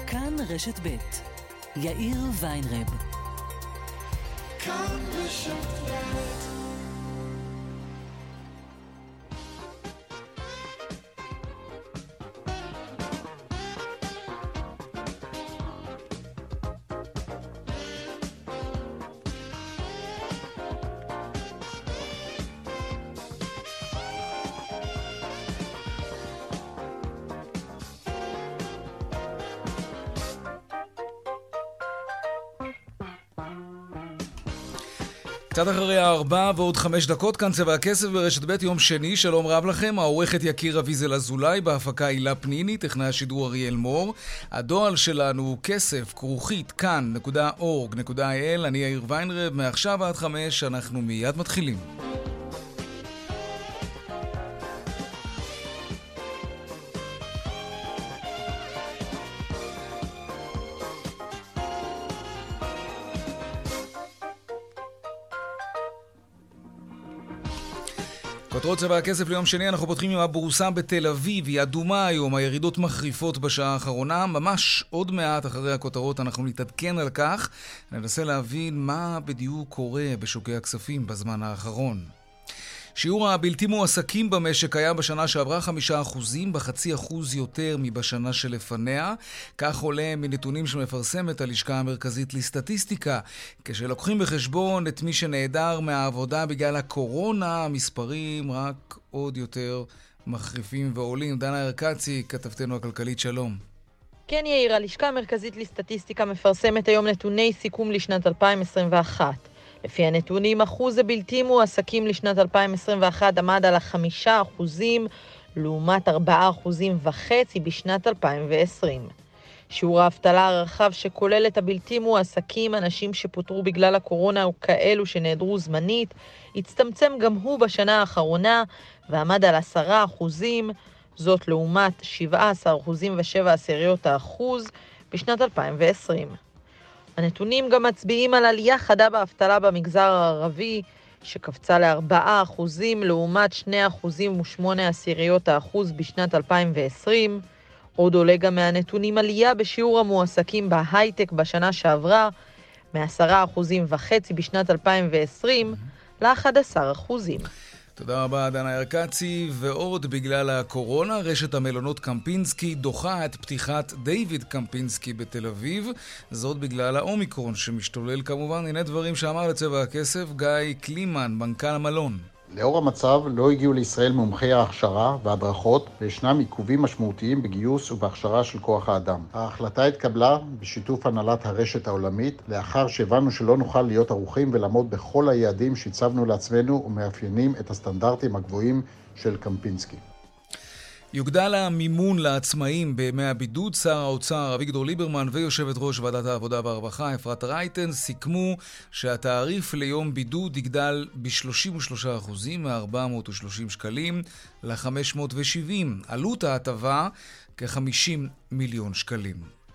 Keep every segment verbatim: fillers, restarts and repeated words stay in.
כאן רשת ב' יאיר ויינרב. כאן רשת ב'. קצת אחרי הארבע ועוד חמש דקות, כאן צבע הכסף ברשת ב' יום שני, שלום רב לכם, העורכת יקיר אביזל אזולאי, בהפקה הילה פניני, טכנאי השידור אריאל מור, הדואל שלנו כסף, כרוכית, כאן נקודה אורג נקודה איי אל, אני יאיר ויינרב, מעכשיו עד חמש, אנחנו מיד מתחילים. כותרות צבע הכסף ליום שני, אנחנו פותחים עם הבורסה בתל אביב, היא אדומה היום, הירידות מחריפות בשעה האחרונה, ממש עוד מעט אחרי הכותרות אנחנו נתעדכן על כך, ננסה להבין מה בדיוק קורה בשוקי הכספים בזמן האחרון. שיעור הבלתי מועסקים במשק היה בשנה שעברה חמישה אחוזים, בחצי אחוז יותר מבשנה שלפניה. כך עולה מנתונים שמפרסמת הלשכה המרכזית לסטטיסטיקה. כשלוקחים בחשבון את מי שנעדר מהעבודה בגלל הקורונה, המספרים רק עוד יותר מחריפים ועולים. דנה ארקצי, כתבתנו הכלכלית, שלום. כן יאיר, הלשכה המרכזית לסטטיסטיקה מפרסמת היום נתוני סיכום לשנת אלפיים עשרים ואחת. לפי הנתונים, אחוז הבלתי מועסקים לשנת אלפיים עשרים ואחת עמד על החמישה אחוזים, לעומת ארבעה אחוזים וחצי בשנת אלפיים ועשרים. שיעור האבטלה הרחב שכולל את הבלתי מועסקים, אנשים שפוטרו בגלל הקורונה וכאלו שנעדרו זמנית, הצטמצם גם הוא בשנה האחרונה ועמד על עשרה אחוזים, זאת לעומת שבעה עשר אחוזים ושבע עשיריות האחוז בשנת אלפיים ועשרים. הנתונים גם מצביעים על עלייה חדה באבטלה במגזר הערבי, שקפצה לארבעה אחוזים לעומת שני אחוזים ושמונה עשיריות האחוז בשנת אלפיים ועשרים. עוד עולה גם מהנתונים עלייה בשיעור המועסקים בהייטק בשנה שעברה, מעשרה אחוזים וחצי בשנת אלפיים ועשרים ל-אחד עשר אחוזים. תודה רבה דנה ארקצי. ועוד בגלל הקורונה, רשת המלונות קמפינסקי דוחה את פתיחת דיוויד קמפינסקי בתל אביב, זאת בגלל האומיקרון שמשתולל כמובן. הנה דברים שאמר לצבע הכסף גיא קלימן, מנכ"ל המלון. לאור המצב לא הגיעו לישראל מומחי ההכשרה והדרכות, וישנם עיכובים משמעותיים בגיוס ובהכשרה של כוח האדם. ההחלטה התקבלה בשיתוף הנהלת הרשת העולמית, לאחר שהבנו שלא נוכל להיות ערוכים ולעמוד בכל היעדים שהצבנו לעצמנו ומאפיינים את הסטנדרטים הגבוהים של קמפינסקי. יוגדל המימון לעצמאים בימי הבידוד. שר האוצר אביגדור ליברמן ויושבת ראש ועדת העבודה והרווחה אפרת רייטן סיכמו שהתעריף ליום בידוד יגדל ב-שלושים ושלושה אחוזים מ-ארבע מאות ושלושים שקלים ל-חמש מאות ושבעים. עלות ההטבה כ-חמישים מיליון שקלים.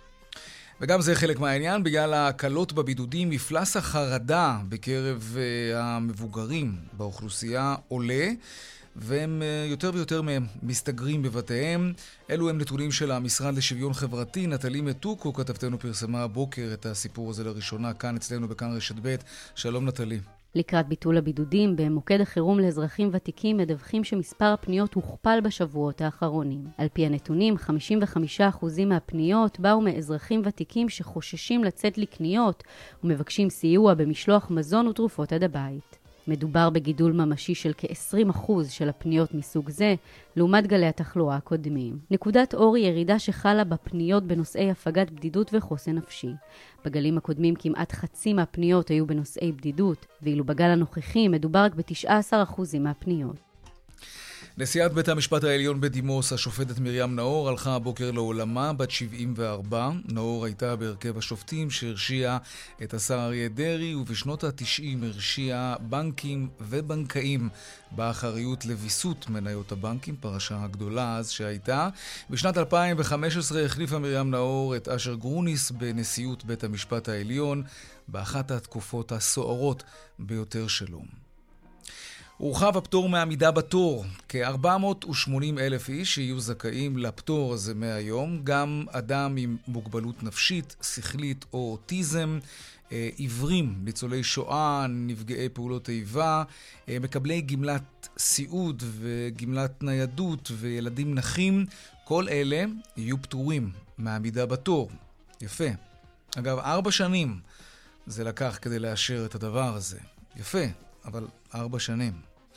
וגם זה חלק מהעניין, בגלל ההקלות בבידודים, מפלס החרדה בקרב המבוגרים באוכלוסייה עולה, והם יותר ויותר מהם מסתגרים בבתיהם. אלו הם נתונים של המשרד לשוויון חברתי. נטלי מתוקו, כתבתנו, פרסמה הבוקר את הסיפור הזה לראשונה כאן אצלנו בכאן רשת ב'. שלום נטלי. לקראת ביטול הבידודים, במוקד החירום לאזרחים ותיקים מדווחים שמספר הפניות הוכפל בשבועות האחרונים. על פי הנתונים, חמישים וחמישה אחוזים מהפניות באו מאזרחים ותיקים שחוששים לצאת לקניות ומבקשים סיוע במשלוח מזון ותרופות עד הבית. מדובר בגידול ממשי של כ-עשרים אחוז של הפניות מסוג זה, לעומת גלי התחלואה הקודמים. נקודת אור היא ירידה שחלה בפניות בנושאי הפגת בדידות וחוסן נפשי. בגלים הקודמים כמעט חצי מהפניות היו בנושאי בדידות, ואילו בגל הנוכחי מדובר רק ב-תשעה עשר אחוז מהפניות. נשיאת בית המשפט העליון בדימוס, השופטת מרים נאור, הלכה הבוקר לעולמה, בת שבעים וארבע. נאור הייתה בהרכב השופטים שהרשיע את השר אריה דרעי, ובשנות ה-תשעים הרשיע בנקים ובנקאים באחריות לביסות מניות הבנקים, פרשה הגדולה אז שהייתה. בשנת אלפיים וחמש עשרה החליפה מרים נאור את אשר גרוניס בנשיאות בית המשפט העליון, באחת התקופות הסוערות ביותר שלו. הורחב הפטור מעמידה בתור. כ-ארבע מאות ושמונים אלף איש שיהיו זכאים לפטור הזה מהיום. גם אדם עם מוגבלות נפשית, שכלית או אוטיזם, עיוורים, ניצולי שואה, נפגעי פעולות איבה, מקבלי גמלת סיעוד וגמלת ניידות וילדים נכים, כל אלה יהיו פטורים מעמידה בתור. יפה. אגב, ארבע שנים זה לקח כדי לאשר את הדבר הזה. יפה, אבל ארבע שנים.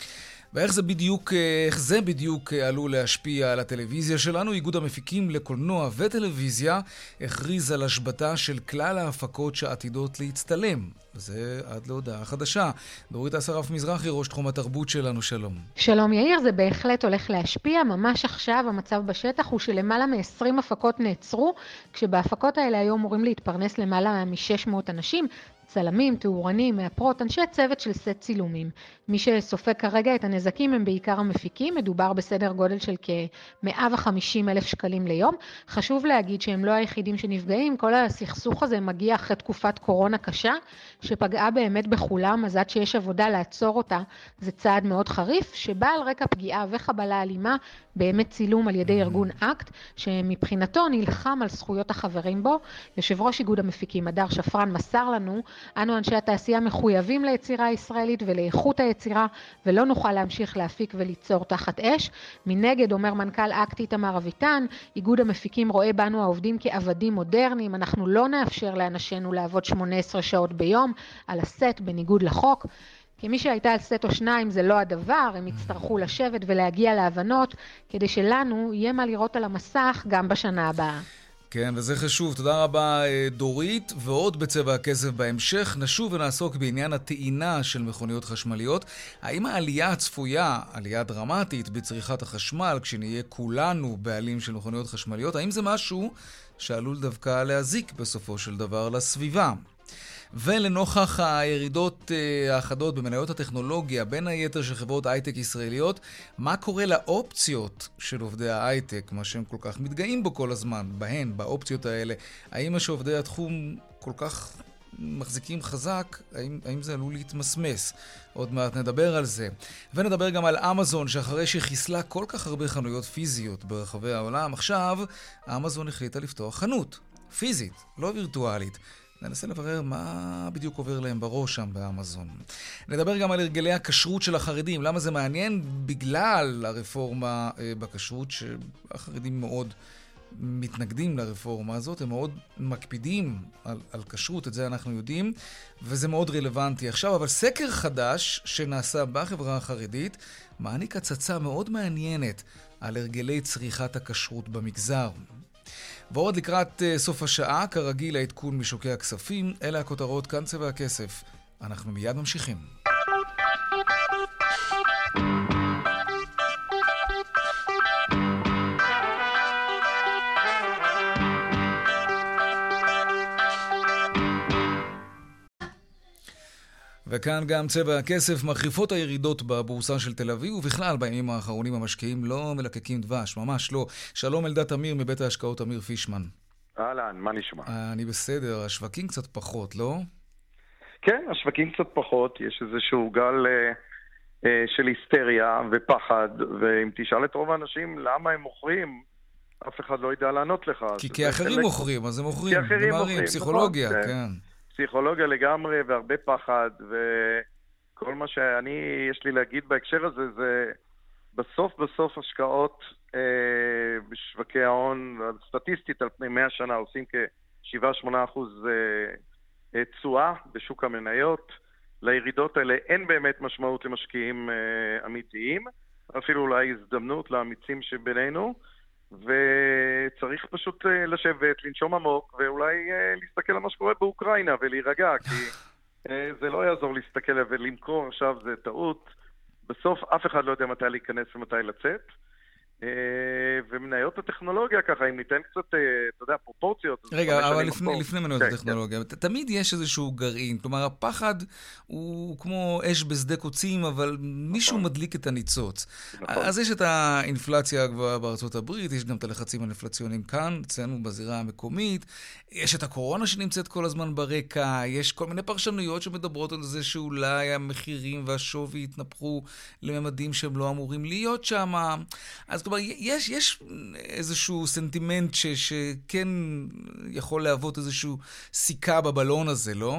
ואיך זה בדיוק, איך זה בדיוק עלול להשפיע על הטלוויזיה שלנו? איגוד המפיקים לקולנוע וטלוויזיה הכריז על השבתה של כלל ההפקות שעתידות להצטלם. זה עד להודעה חדשה. דורית אסרף מזרחי, ראש תחום התרבות שלנו, שלום. שלום יאיר, זה בהחלט הולך להשפיע. ממש עכשיו המצב בשטח הוא שלמעלה מ-עשרים הפקות נעצרו, כשבהפקות האלה היו אמורים להתפרנס למעלה מ-שש מאות אנשים. צלמים, תאורנים, מאפרות, אנשי צוות של סט צילומים. מי שסופג כרגע את הנזקים הם בעיקר המפיקים, מדובר בסדר גודל של כ-מאה וחמישים אלף שקלים ליום. חשוב להגיד שהם לא היחידים שנפגעים, כל הסכסוך הזה מגיע אחרי תקופת קורונה קשה, שפגעה באמת בכולם, אז עד שיש עבודה לעצור אותה, זה צעד מאוד חריף, שבא על רקע פגיעה וחבלה אלימה, באמת צילום על ידי ארגון אקט, שמבחינתו נלחם על זכויות החברים בו. יושב ראש איגוד המפיקים, הדר שפרן, מסר לנו, אנו אנשי התעשייה מחויבים ליצירה הישראלית ולאיכות היצירה, ולא נוכל להמשיך להפיק וליצור תחת אש. מנגד, אומר מנכ"ל אקט איתמר אביטן, איגוד המפיקים רואה בנו העובדים כעבדים מודרניים, אנחנו לא נאפשר לאנשינו לעבוד שמונה עשרה שעות ביום על הסט בניגוד לחוק. כמי שהייתה על סט או שניים זה לא הדבר, הם יצטרכו לשבת ולהגיע להבנות, כדי שלנו יהיה מה לראות על המסך גם בשנה הבאה. כן, וזה חשוב. תודה רבה דורית, ועוד בצבע הכסף בהמשך. נשוב ונעסוק בעניין הטעינה של מכוניות חשמליות. האם העלייה הצפויה, עלייה דרמטית בצריכת החשמל, כשנהיה כולנו בעלים של מכוניות חשמליות, האם זה משהו שעלול דווקא להזיק בסופו של דבר לסביבה? ולנוכח הירידות האחדות במניות הטכנולוגיה, בין היתר של חברות הייטק ישראליות, מה קורה לאופציות של עובדי ההייטק, מה שהם כל כך מתגאים בו כל הזמן, בהן, באופציות האלה? האם מה שעובדי התחום כל כך מחזיקים חזק, האם, האם זה עלול להתמסמס? עוד מעט נדבר על זה. ונדבר גם על אמזון, שאחרי שחיסלה כל כך הרבה חנויות פיזיות ברחבי העולם, עכשיו אמזון החליטה לפתוח חנות פיזית, לא וירטואלית. ננסה לברר מה בדיוק עובר להם בראש שם באמזון. נדבר גם על הרגלי הכשרות של החרדים. למה זה מעניין? בגלל הרפורמה בכשרות, שהחרדים מאוד מתנגדים לרפורמה הזאת, הם מאוד מקפידים על, על כשרות, את זה אנחנו יודעים, וזה מאוד רלוונטי עכשיו. אבל סקר חדש שנעשה בחברה החרדית מעניק הצצה מאוד מעניינת על הרגלי צריכת הכשרות במגזר. ועוד לקראת סוף השעה, כרגיל העדכון משוקי הכספים, אלה הכותרות, כאן צבע הכסף. אנחנו מיד ממשיכים. וכאן גם צבע הכסף. מחריפות הירידות בבורסה של תל אביב, ובכלל בימים האחרונים המשקיעים לא מלקקים דבש, ממש לא. שלום אלדד תמיר מבית ההשקעות אמיר פישמן. אהלן, מה נשמע? אני בסדר, השווקים קצת פחות, לא? כן, השווקים קצת פחות, יש איזשהו גל אה, אה, של היסטריה ופחד, ואם תשאל את רוב האנשים למה הם מוכרים, אף אחד לא ידע לענות לך. כי כי אחרים חלק... מוכרים, אז הם מוכרים. כי אחרים דמרים, מוכרים, פסיכולוגיה, נכון, כן. כן. פסיכולוגיה לגמרי והרבה פחד, וכל מה שאני, יש לי להגיד בהקשר הזה, זה בסוף בסוף השקעות אה, בשווקי ההון, סטטיסטית על פני מאה שנה, עושים כ-שבע שמונה אחוז אה, תשואה בשוק המניות. לירידות האלה אין באמת משמעות למשקיעים אה, אמיתיים, אפילו אולי הזדמנות לאמיצים שבינינו, וצריך פשוט לשבת, לנשום עמוק, ואולי להסתכל על מה שקורה באוקראינה ולהירגע, כי זה לא יעזור להסתכל ולמכור עכשיו, זה טעות. בסוף אף אחד לא יודע מתי להיכנס ומתי לצאת. ומניות הטכנולוגיה ככה, אם ניתן קצת, אתה יודע, פרופורציות. רגע, אבל לפני, לפני מניות הטכנולוגיה, תמיד יש איזשהו גרעין, כלומר, הפחד הוא כמו אש בשדה קוצים, אבל מישהו מדליק את הניצוץ. אז יש את האינפלציה הגבוהה בארצות הברית, יש גם את הלחצים האינפלציוניים כאן, אצלנו בזירה המקומית, יש את הקורונה שנמצאת כל הזמן ברקע, יש כל מיני פרשנויות שמדברות על זה שאולי המחירים והשווי יתנפחו לממדים שהם לא אמורים להיות שם. אז כלומר, יש, יש איזשהו סנטימנט ש, שכן יכול להוות איזשהו סיכה בבלון הזה, לא?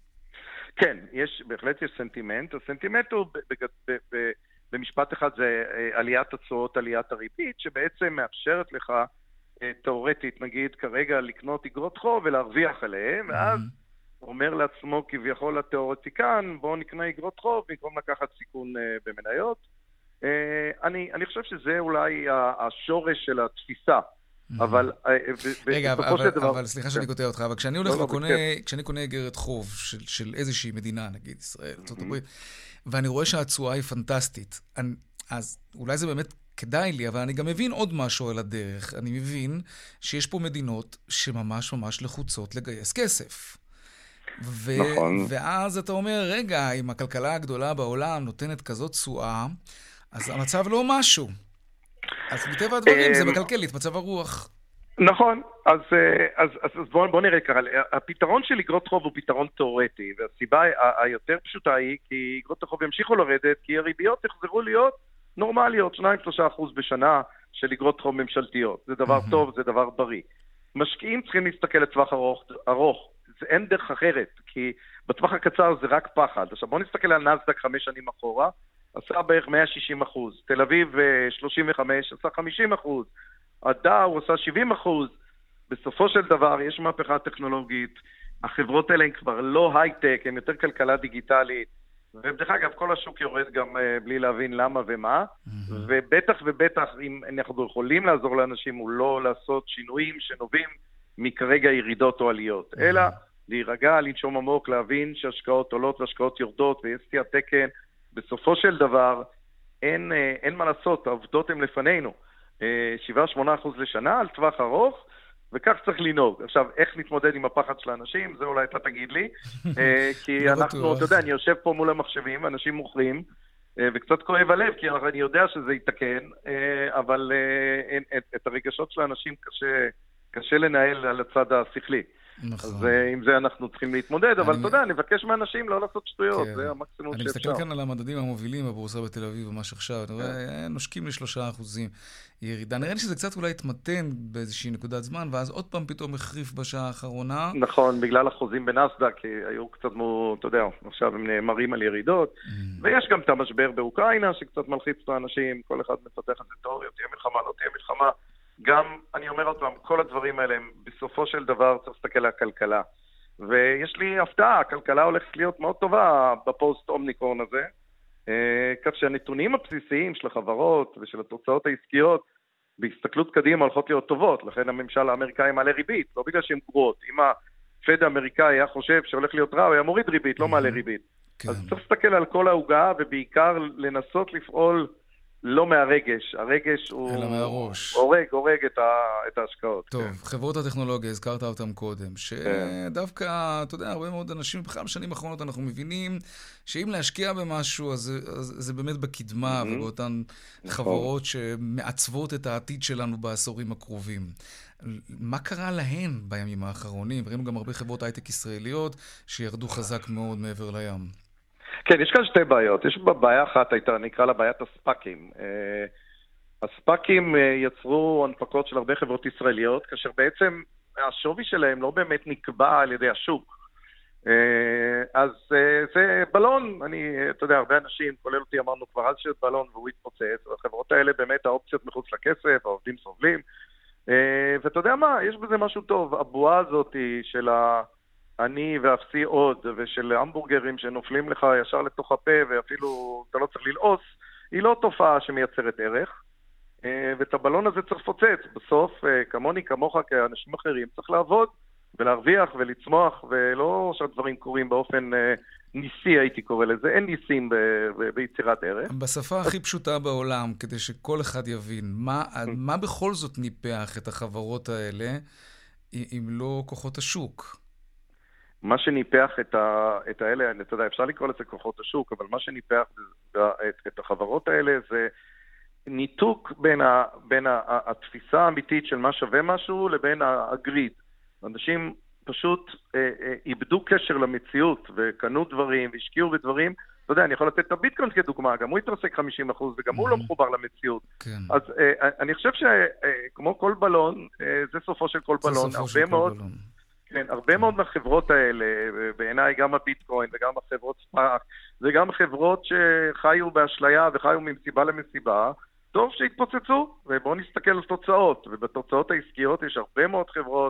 כן, יש, בהחלט יש סנטימנט. הסנטימנט הוא ב, ב, ב, ב, במשפט אחד זה עליית התשואות, עליית הריבית, שבעצם מאפשרת לך תיאורטית, נגיד, כרגע לקנות אגרות חוב ולהרוויח עליהם, ואז הוא אומר לעצמו כביכול התיאורטיקן, בואו נקנה אגרות חוב במקום לקחת סיכון במניות. אני, אני חושב שזה אולי השורש של התפיסה. אבל... רגע, אבל, אבל סליחה שאני קוטע אותך, אבל כשאני הולך וקונה, כשאני קונה אגרת חוב של, של איזושהי מדינה, נגיד ישראל, ארצות הברית, ואני רואה שהתשואה היא פנטסטית, אז אולי זה באמת כדאי לי, אבל אני גם מבין עוד משהו על הדרך. אני מבין שיש פה מדינות שממש ממש לחוצות לגייס כסף. ו- נכון. ואז אתה אומר, רגע, אם הכלכלה הגדולה בעולם נותנת כזאת תשואה, אז המצב לא משהו. אז מטבע הדברים זה מקלקל את מצב הרוח. נכון, אז, אז, אז, אז בואו בוא נראה ככה. הפתרון של אגרות חוב הוא פתרון תיאורטי, והסיבה היותר פשוטה היא כי אגרות החוב ימשיכו לרדת, כי הריביות יחזרו להיות נורמליות, שניים שלושה אחוז בשנה של אגרות חוב ממשלתיות. זה דבר mm-hmm. טוב, זה דבר בריא. משקיעים צריכים להסתכל לטווח ארוך, ארוך. זה אין דרך אחרת, כי בטווח הקצר זה רק פחד. עכשיו בואו נסתכל על נסדק חמש שנים אחורה, עשה בערך מאה ושישים אחוז. תל אביב שלושים וחמש, עשה חמישים אחוז. הדאו עשה שבעים אחוז. בסופו של דבר יש מהפכה טכנולוגית. החברות האלה הן כבר לא הייטק, הן יותר כלכלה דיגיטלית. ובדרך אגב, כל השוק יורד גם uh, בלי להבין למה ומה. Mm-hmm. ובטח ובטח, אם אנחנו יכולים לעזור לאנשים, הוא לא לעשות שינויים שנובעים מכרגע ירידות או עליות. Mm-hmm. אלא להירגע, לנשום עמוק, להבין שהשקעות עולות והשקעות יורדות, ויש סטיית תקן. בסופו של דבר, אין, אין מה לעשות, העובדות הן לפנינו. שבעה שמונה אחוז לשנה על טווח ארוך, וכך צריך לנהוג. עכשיו, איך נתמודד עם הפחד של האנשים? זה אולי אתה תגיד לי. כי אנחנו, אתה יודע, אני יושב פה מול המחשבים, אנשים מוכרים, וקצת כואב הלב, כי אני יודע שזה יתקן, אבל את הרגשות של האנשים קשה, קשה לנהל על הצד השכלי. נכון. אז עם זה אנחנו צריכים להתמודד, אבל אתה יודע, נבקש מאנשים לא לעשות שטויות, זה המקסימום שאפשר. אני מסתכל כאן על המדדים המובילים בבורסה בתל אביב ממש עכשיו, אני רואה, נושקים לשלושה אחוזים ירידה. נראה לי שזה קצת אולי התמתן באיזושהי נקודת זמן, ואז עוד פעם פתאום החריף בשעה האחרונה. נכון, בגלל החוזים בנסדק, היו קצת, אתה יודע, עכשיו הם נאמרים על ירידות, ויש גם את המשבר באוקראינה, שקצת מלחיץ את האנשים, כל אחד מפתח את התיאוריה, תהיה מלחמה, לא תהיה מלחמה. גם, אני אומר עוד פעם, כל הדברים האלה הם בסופו של דבר צריך להסתכל על הכלכלה. ויש לי הפתעה, הכלכלה הולכת להיות מאוד טובה בפוסט אומניקורן הזה, כך שהנתונים הבסיסיים של החברות ושל התוצאות העסקיות בהסתכלות קדימה הולכות להיות טובות, לכן הממשל האמריקאי מעלה ריבית, לא בגלל שהן גרועות. אם הפד האמריקאי היה חושב שהולך להיות רע, הוא היה מוריד ריבית, לא מעלה ריבית. אז צריך להסתכל על כל ההוגה ובעיקר לנסות לפעול לא מהרגש, הרגש הוא... אלא מהראש. הורג, הורג את, ה... את ההשקעות. טוב, כן. חברות הטכנולוגיה, הזכרת אותם קודם, שדווקא, אתה יודע, הרבה מאוד אנשים, בכלל בשנים האחרונות אנחנו מבינים שאם להשקיע במשהו, אז, אז זה באמת בקדמה, mm-hmm. ובאותן נכון. חברות שמעצבות את העתיד שלנו בעשורים הקרובים. מה קרה להן בימים האחרונים? ראינו גם הרבה חברות הייטק ישראליות שירדו חזק מאוד מעבר לים. כן, יש כאן שתי בעיות. יש בעיה אחת, הייתה, נקרא לה בעיית הספקים. הספקים יצרו הנפקות של הרבה חברות ישראליות, כאשר בעצם השווי שלהם לא באמת נקבע על ידי השוק. אז זה בלון, אני, אתה יודע, הרבה אנשים, כולל אותי, אמרנו כבר אז שיש בלון והוא התפוצץ, והחברות האלה באמת האופציות מחוץ לכסף, העובדים סובלים. ואתה יודע מה, יש בזה משהו טוב. הבועה הזאת של ה... אני ואפסי עוד, ושל המבורגרים שנופלים לך ישר לתוך הפה, ואפילו אתה לא צריך ללעוס, היא לא תופעה שמייצרת ערך, ואת הבלון הזה צריך לפוצץ. בסוף, כמוני, כמוך, כאנשים אחרים, צריך לעבוד ולהרוויח ולצמוח, ולא שהדברים קורים באופן ניסי, הייתי קורא לזה. אין ניסים ב- ב- ביצירת ערך. בשפה הכי פשוטה בעולם, כדי שכל אחד יבין, מה, מה בכל זאת ניפח את החברות האלה, אם לא כוחות השוק? מה שניפח את, ה, את האלה, אתה יודע, אפשר לקרוא לזה כוחות השוק, אבל מה שניפח את, את החברות האלה זה ניתוק בין, ה, בין ה, התפיסה האמיתית של מה שווה משהו לבין הגריד. אנשים פשוט אה, אה, איבדו קשר למציאות וקנו דברים והשקיעו בדברים. אתה יודע, אני יכול לתת את הביטקוין כדוגמה, גם הוא התרסק חמישים אחוז וגם mm-hmm. הוא לא מחובר למציאות. כן. אז אה, אני חושב שכמו אה, כל בלון, אה, זה סופו של כל בלון. זה סופו של כל מאוד, בלון. כן, הרבה מאוד מהחברות האלה, בעיניי גם הביטקוין וגם החברות ספאק, זה גם חברות שחיו באשליה וחיו ממסיבה למסיבה, טוב שהתפוצצו, ובואו נסתכל על תוצאות, ובתוצאות העסקיות יש הרבה מאוד חברות,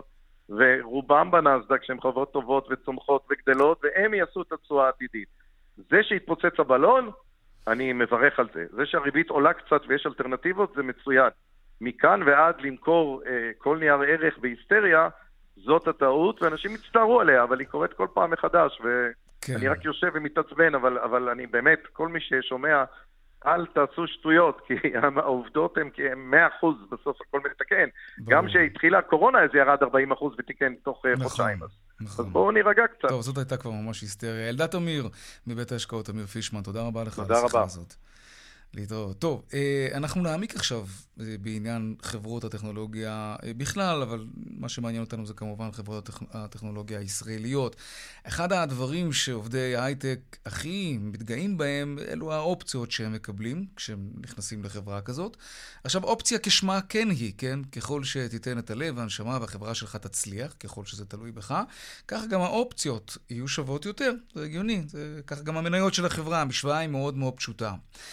ורובם בנסדק שהן חברות טובות וצומחות וגדלות, והם יעשו את התשואה העתידית. זה שהתפוצץ הבלון, אני מברך על זה. זה שהריבית עולה קצת ויש אלטרנטיבות, זה מצוין. מכאן ועד למכור אה, כל נייר ערך בהיסטריה, זאת הטעות, ואנשים מצטערו עליה, אבל היא קורית כל פעם מחדש, ואני כן. רק יושב ומתעצבן, אבל, אבל אני באמת, כל מי ששומע, אל תעשו שטויות, כי העובדות הן מאה אחוז בסוף הכל מתקן. ברור. גם שהתחילה הקורונה, זה ירד ארבעים אחוז ותיקן תוך נכון, חודשיים. אז, נכון. אז בואו נירגע קצת. טוב, זאת הייתה כבר ממש היסטריה. אלדד אמיר, מבית ההשקעות, אמיר פישמן, תודה רבה לך. תודה רבה. הזאת. להתראות. טוב, אנחנו נעמיק עכשיו בעניין חברות הטכנולוגיה בכלל, אבל מה שמעניין אותנו זה כמובן חברות הטכנולוגיה הישראליות. אחד הדברים שעובדי הייטק הכי מתגאים בהם, אלו האופציות שהם מקבלים כשהם נכנסים לחברה כזאת. עכשיו, אופציה כשמה כן היא, כן? ככל שתיתן את הלב, הנשמה והחברה שלך תצליח, ככל שזה תלוי בך, כך גם האופציות יהיו שוות יותר. זה הגיוני. זה, כך גם המניות של החברה, המשוואה היא מאוד מאוד פשוטה.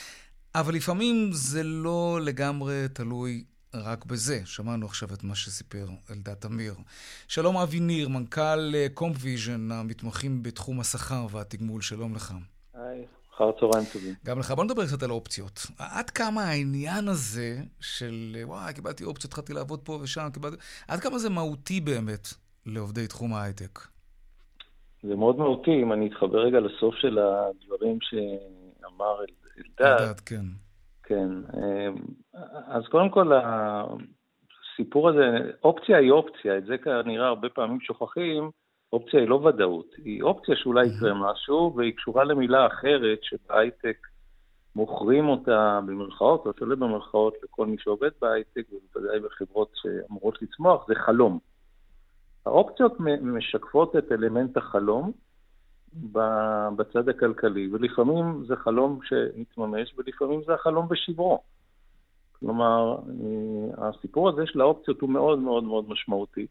אבל לפעמים זה לא לגמרי תלוי רק בזה. שמענו עכשיו את מה שסיפר אלדד אמיר. שלום אבי ניר, מנכ"ל קומפוויז'ן, המתמחים בתחום השכר והתגמול. שלום לך. היי, אחר צהריים טובים. גם לך. בוא נדבר קצת על האופציות. עד כמה העניין הזה של, וואי, קיבלתי אופציות, התחלתי לעבוד פה ושם, קיבלתי... עד כמה זה מהותי באמת לעובדי תחום ההייטק? זה מאוד מהותי. אם אני אתחבר רגע לסוף של הדברים שאמר אלדד, אלדד, כן. כן. אז קודם כל, הסיפור הזה, אופציה היא אופציה, את זה כנראה הרבה פעמים שוכחים, אופציה היא לא ודאות, היא אופציה שאולי יקרה משהו, והיא קשורה למילה אחרת, שבהייטק מוכרים אותה במרכאות, או שלא במרכאות לכל מי שעובד בהייטק, ובוודאי בחברות שאמורות לצמוח, זה חלום. האופציות משקפות את אלמנט החלום, בצד הכלכלי, ולפעמים זה חלום שמתממש, ולפעמים זה החלום בשברו. כלומר, הסיפור הזה של האופציות הוא מאוד מאוד מאוד משמעותי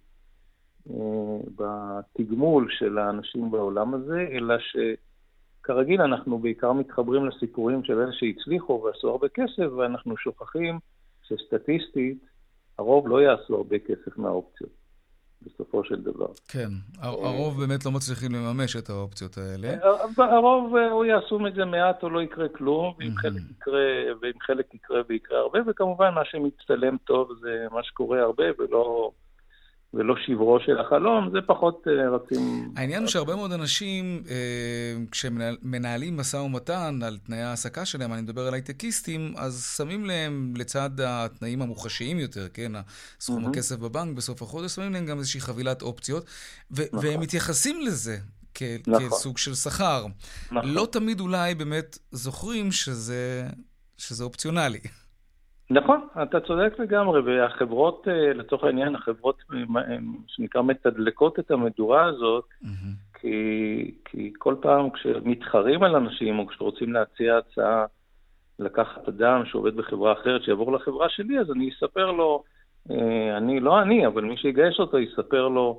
בתגמול של האנשים בעולם הזה, אלא שכרגיל אנחנו בעיקר מתחברים לסיפורים של אלה שהצליחו ועשו הרבה כסף, ואנחנו שוכחים שסטטיסטית הרוב לא יעשו הרבה כסף מהאופציות. בסופו של דבר. כן, הרוב באמת לא מצליחים לממש את האופציות האלה. הרוב הוא יעשו מזה מעט או לא יקרה כלום, ואם חלק יקרה, ואם חלק יקרה ויקרה הרבה, וכמובן מה שמצטלם טוב זה מה שקורה הרבה ולא... ולא שברו של החלום, זה פחות רצים... העניין הוא שהרבה מאוד אנשים, כשמנהלים משא ומתן על תנאי העסקה שלהם, אני מדבר על הייטקיסטים, אז שמים להם לצד התנאים המוחשיים יותר, כן, סכום הכסף בבנק בסוף החודש, שמים להם גם איזושהי חבילת אופציות, והם מתייחסים לזה כסוג של שכר. לא תמיד אולי באמת זוכרים שזה אופציונלי. נכון, אתה צודק לגמרי, והחברות, לצורך העניין, החברות שנקרא מתדלקות את המדורה הזאת, mm-hmm. כי, כי כל פעם כשמתחרים על אנשים, או כשרוצים להציע הצעה לקחת אדם שעובד בחברה אחרת, שיעבור לחברה שלי, אז אני אספר לו, אני, לא אני, אבל מי שיגייס אותו יספר לו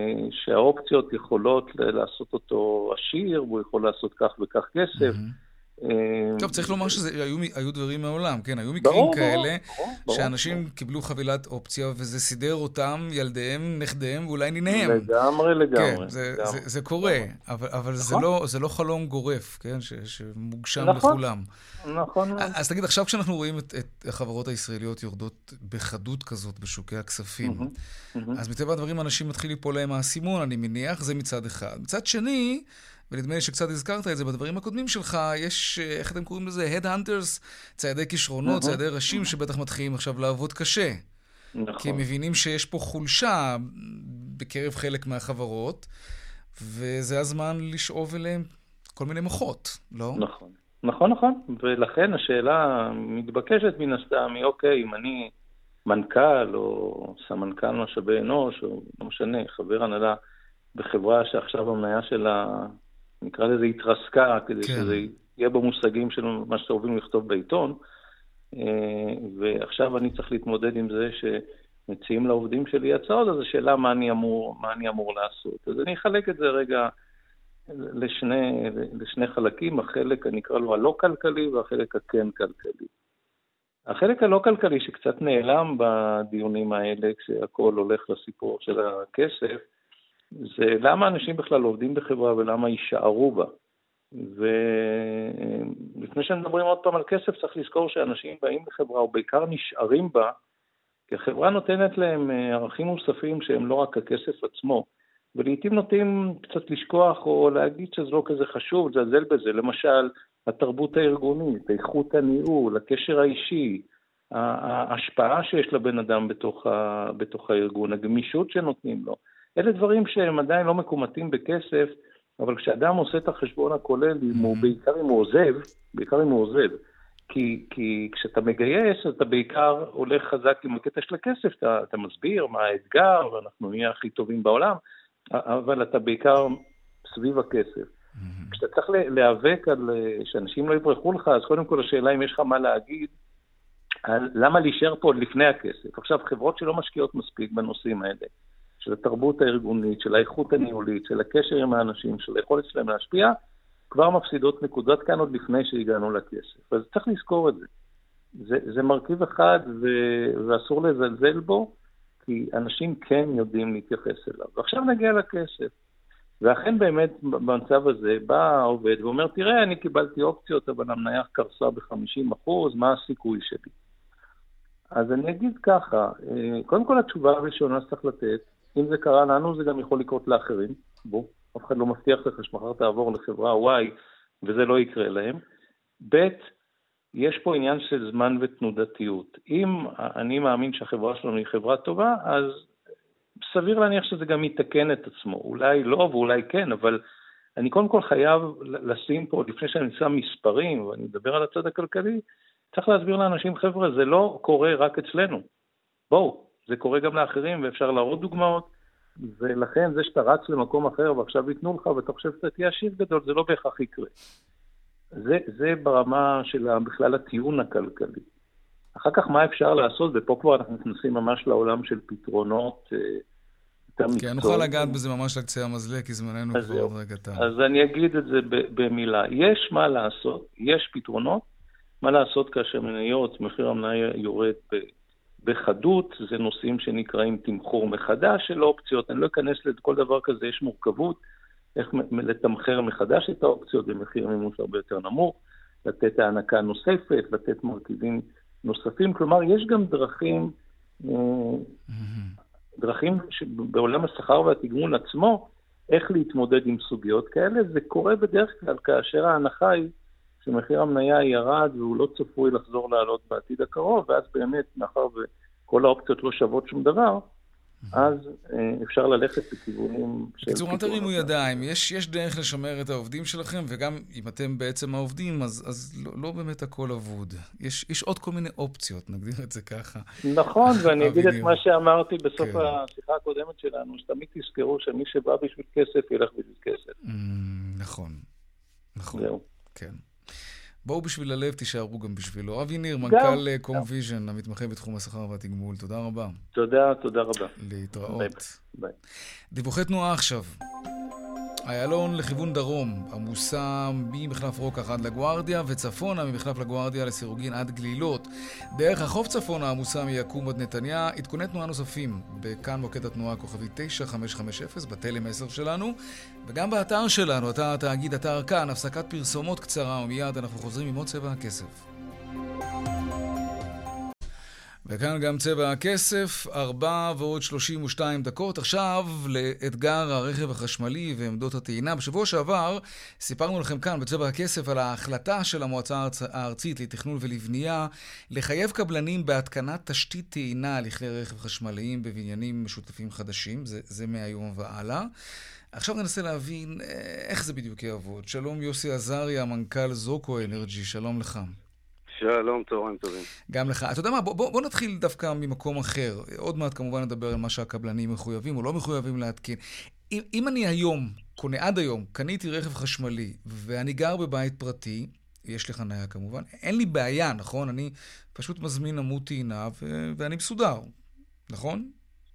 שהאופציות יכולות לעשות אותו עשיר, והוא יכול לעשות כך וכך כסף, mm-hmm. טוב, צריך לומר שהיו דברים מעולם, כן, היו מקרים כאלה שאנשים קיבלו חבילת אופציה וזה סידר אותם, ילדיהם, נכדיהם ואולי ניניהם. לגמרי, לגמרי. זה קורה, אבל זה לא חלום גורף, כן, שמוגשם לכולם. נכון. אז תגיד, עכשיו כשאנחנו רואים את החברות הישראליות יורדות בחדות כזאת בשוקי הכספים, אז מטבע הדברים אנשים מתחיל ליפול להם האסימון, אני מניח, זה מצד אחד. מצד שני, ונדמה לי שקצת הזכרת את זה בדברים הקודמים שלך, יש, איך אתם קוראים לזה? Headhunters, ציידי כישרונות, ציידי ראשים שבטח מתחילים עכשיו לעבוד קשה. נכון. כי הם מבינים שיש פה חולשה בקרב חלק מהחברות, וזה הזמן לשאוב אליהם כל מיני מוחות, לא? נכון. נכון, נכון. ולכן השאלה מתבקשת מן הסתם, אוקיי, אם אני מנכ"ל או סמנכ"ל משאבי אנוש, או לא משנה, חבר הנהלה בחברה שעכשיו המניה שלה, נקרא לזה, התרסקה, כדי כן. שזה יהיה במושגים של מה שאוהבים לכתוב בעיתון, ועכשיו אני צריך להתמודד עם זה שמציעים לעובדים שלי הצעות, אז השאלה מה אני אמור, מה אני אמור לעשות. אז אני אחלק את זה רגע לשני, לשני חלקים, החלק הנקרא לו הלא כלכלי והחלק הכן כלכלי. החלק הלא כלכלי שקצת נעלם בדיונים האלה, כשהכל הולך לסיפור של הכסף, זה למה אנשים בכלל עובדים בחברה ולמה יישארו בה. ולפני שמדברים עוד פעם על כסף, צריך לזכור שאנשים באים לחברה ובעיקר נשארים בה, כי החברה נותנת להם ערכים מוספים שהם לא רק הכסף עצמו, ולעיתים נוטים קצת לשכוח או להגיד שזה לא כזה חשוב, לזלזל בזה, למשל התרבות הארגונית, איכות הניהול, הקשר האישי, ההשפעה שיש לבן אדם בתוך, ה... בתוך הארגון, הגמישות שנותנים לו. אלה דברים שהם עדיין לא מקומתים בכסף, אבל כשאדם עושה את החשבון הכולל, mm-hmm. בעיקר אם הוא עוזב, בעיקר אם הוא עוזב, כי, כי כשאתה מגייס, אתה בעיקר הולך חזק עם הקטע של הכסף, אתה, אתה מסביר מה האתגר, ואנחנו נהיה הכי טובים בעולם, אבל אתה בעיקר סביב הכסף. Mm-hmm. כשאתה צריך להיאבק על שאנשים לא יברחו לך, אז קודם כל השאלה אם יש לך מה להגיד, על למה להישאר פה עוד לפני הכסף. עכשיו, חברות שלא משקיעות מספיק בנושאים האלה, של התרבות הארגונית, של האיכות הניהולית, של הקשר עם האנשים, של היכולת שלהם להשפיע, כבר מפסידות נקודות כאן עוד לפני שהגענו לכסף. אז צריך לזכור את זה. זה, זה מרכיב אחד ו... ואסור לזלזל בו, כי אנשים כן יודעים להתייחס אליו. ועכשיו נגיע לכסף. ואכן באמת במצב הזה בא העובד ואומר, תראה, אני קיבלתי אופציות, אבל המניה קרסה ב-חמישים אחוז, מה הסיכוי שלי? אז אני אגיד ככה, קודם כל התשובה הראשונה שצריך לתת, אם זה קרה לנו, זה גם יכול לקרות לאחרים. בוא, אף אחד לא מבטיח לך שמחר תעבור לחברה Y, וזה לא יקרה להם. ב', יש פה עניין של זמן ותנודתיות. אם אני מאמין שהחברה שלנו היא חברה טובה, אז סביר להניח שזה גם יתקן את עצמו. אולי לא ואולי כן, אבל אני קודם כל חייב לשים פה, לפני שאני שם מספרים, ואני מדבר על הצד הכלכלי, צריך להסביר לאנשים, חבר'ה, זה לא קורה רק אצלנו. בואו, זה קורה גם לאחרים, ואפשר להראות דוגמאות, ולכן זה שאתה רץ למקום אחר, ועכשיו יתנו לך, ואתה חושב שאתה תהיה עשיר גדול, זה לא בהכרח יקרה. זה, זה ברמה של בכלל הטיעון הכלכלי. אחר כך מה אפשר לעשות, ופה כבר אנחנו נכנסים ממש לעולם של פתרונות. כן, נוכל לגעת בזה ממש לקצה המזלג, כי זמננו כבר עוד רגע תם. אז אני אגיד את זה במילה. יש מה לעשות, יש פתרונות, מה לעשות כאשר מניות, מחיר המניה יורד בחדות, זה נושאים שנקראים תמחור מחדש של אופציות, אני לא אכנס לכל דבר כזה, יש מורכבות, איך לתמחר מחדש את האופציות במחיר מימוש הרבה יותר נמוך, לתת הענקה נוספת, לתת מרכיבים נוספים, כלומר יש גם דרכים, דרכים בעולם השכר והתגמול עצמו, איך להתמודד עם סוגיות כאלה, זה קורה בדרך כלל כאשר ההנחה היא שמחיר המניה ירד והוא לא צפוי לחזור לעלות בעתיד הקרוב, ואז באמת, מאחר וכל האופציות לא שוות שום דבר, אז אפשר ללכת בכיוונים של... בקיצור, אל תרימו ידיים, יש, יש דרך לשמר את העובדים שלכם, וגם אם אתם בעצם העובדים, אז, אז לא, לא באמת הכל עבוד. יש, יש עוד כל מיני אופציות, נגדיר את זה ככה. נכון, ואני אגיד את מה שאמרתי בסוף כן. השיחה הקודמת שלנו, שתמיד תזכרו שמי שבא בשביל כסף, ילך בשביל כסף. Mm, נכון, נכון. זהו. כן. בואו בשביל הלב, תישארו גם בשבילו. אבי ניר, מנכ"ל קומוויז'ן, המתמחה בתחום השכר והתגמול. תודה רבה. תודה, תודה רבה. להתראות. ביי. דיווחי תנועה עכשיו. איילון לכיוון דרום, עמוסה ממחלף רוקח עד לגוארדיה, וצפונה ממחלף לגוארדיה לסירוגין עד גלילות. דרך החוף צפונה עמוסה מיקום עד נתניה. עדכוני תנועה נוספים בכאן מוקד התנועה כוכבי תשע חמש חמש אפס בטלם עשר שלנו, וגם באתר שלנו, אתר התאגיד, אתר כאן. הפסקת פרסומות קצרה ומיד אנחנו חוזרים עם עוד צבע הכסף. וכאן גם צבע הכסף, ארבע ועוד שלושים ושתיים דקות. עכשיו לאתגר הרכב החשמלי ועמדות הטעינה. בשבוע שעבר סיפרנו לכם כאן בצבע הכסף על ההחלטה של המועצה הארצית לתכנון ולבנייה לחייב קבלנים בהתקנת תשתית טעינה לכלי רכב חשמליים בבניינים משותפים חדשים. זה, זה מהיום והלאה. עכשיו ננסה להבין איך זה בדיוק יעבוד. שלום יוסי עזריה, מנכ"ל זוקו אנרג'י, שלום לך. שלום, צהריים טובים. גם לך. אתה יודע מה, בוא, בוא, בוא נתחיל דווקא ממקום אחר. עוד מעט כמובן נדבר על מה שהקבלנים מחויבים או לא מחויבים להתקין. אם, אם אני היום, קונה עד היום, קניתי רכב חשמלי, ואני גר בבית פרטי, יש לי חניה כמובן, אין לי בעיה, נכון? אני פשוט מזמין עמוד טעינה ו- ואני מסודר, נכון?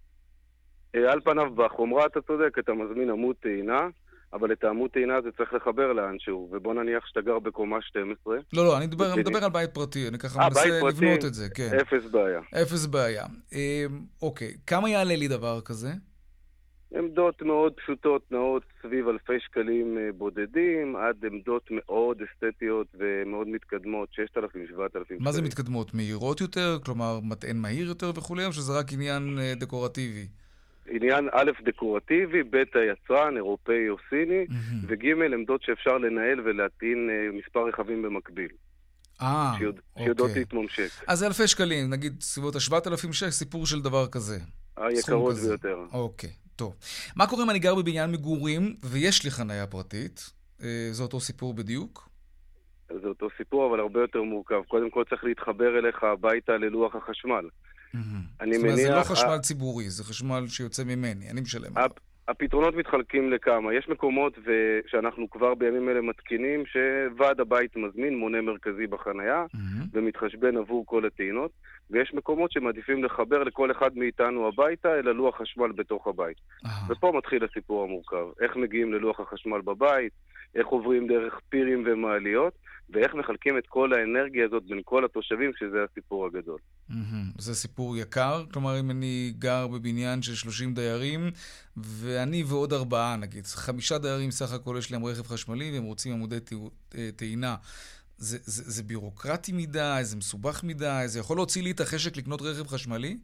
על פניו בחומרה אתה צודק, אתה מזמין עמוד טעינה, אבל את העמוד טעינה הזה צריך לחבר לאנשהו, ובוא נניח שאתה גר בקומה שתים עשרה. לא, לא, אני מדבר, מדבר על בית פרטי, אני ככה מנסה לבנות את זה, כן. אפס בעיה. אפס בעיה. אוקיי, כמה יעלה לי דבר כזה? עמדות מאוד פשוטות, נעות סביב אלפי שקלים בודדים, עד עמדות מאוד אסתטיות ומאוד מתקדמות, ששת אלפים, שבעת אלפים שקלים. מה זה מתקדמות? מהירות יותר? כלומר, מטען מהיר יותר וכולי, או שזה רק עניין דקורטיבי? עניין א' דקורטיבי, ב' היצרן, אירופאי או סיני, Mm-hmm. וג' עמדות שאפשר לנהל ולהטעין מספר רכבים במקביל. אה, שיוד, אוקיי. שיודעות להתממשק. אז זה אלפי שקלים, נגיד סביבות ה-שבעת אלפים שקל, סיפור של דבר כזה. היקרות ביותר. אוקיי, טוב. מה קורה אם אני גר בבניין מגורים ויש לי חניה פרטית? זה אותו סיפור בדיוק? זה אותו סיפור, אבל הרבה יותר מורכב. קודם כל צריך להתחבר אליך הביתה ללוח החשמל. זאת אומרת, זה לא חשמל ציבורי, זה חשמל שיוצא ממני, אני משלם. הפתרונות מתחלקים לכמה. יש מקומות שאנחנו כבר בימים אלה מתקינים, שוועד הבית מזמין מונה מרכזי בחנייה, ומתחשבן עבור כל הטעינות, ויש מקומות שמעדיפים לחבר לכל אחד מאיתנו הביתה, אל הלוח חשמל בתוך הבית. ופה מתחיל הסיפור המורכב. איך מגיעים ללוח החשמל בבית, איך עוברים דרך פירים ומעליות, ואיך מחלקים את כל האנרגיה הזאת בין כל התושבים, שזה הסיפור הגדול. זה סיפור יקר? כלומר, אם אני גר בבניין של שלושים דיירים, ואני ועוד ארבעה, נגיד, חמישה דיירים סך הכל יש להם רכב חשמלי, והם רוצים עמודי טעינה. זה, זה, זה בירוקרטי מדי, זה מסובך מדי, זה יכול להוציא לי את החשק לקנות רכב חשמלי?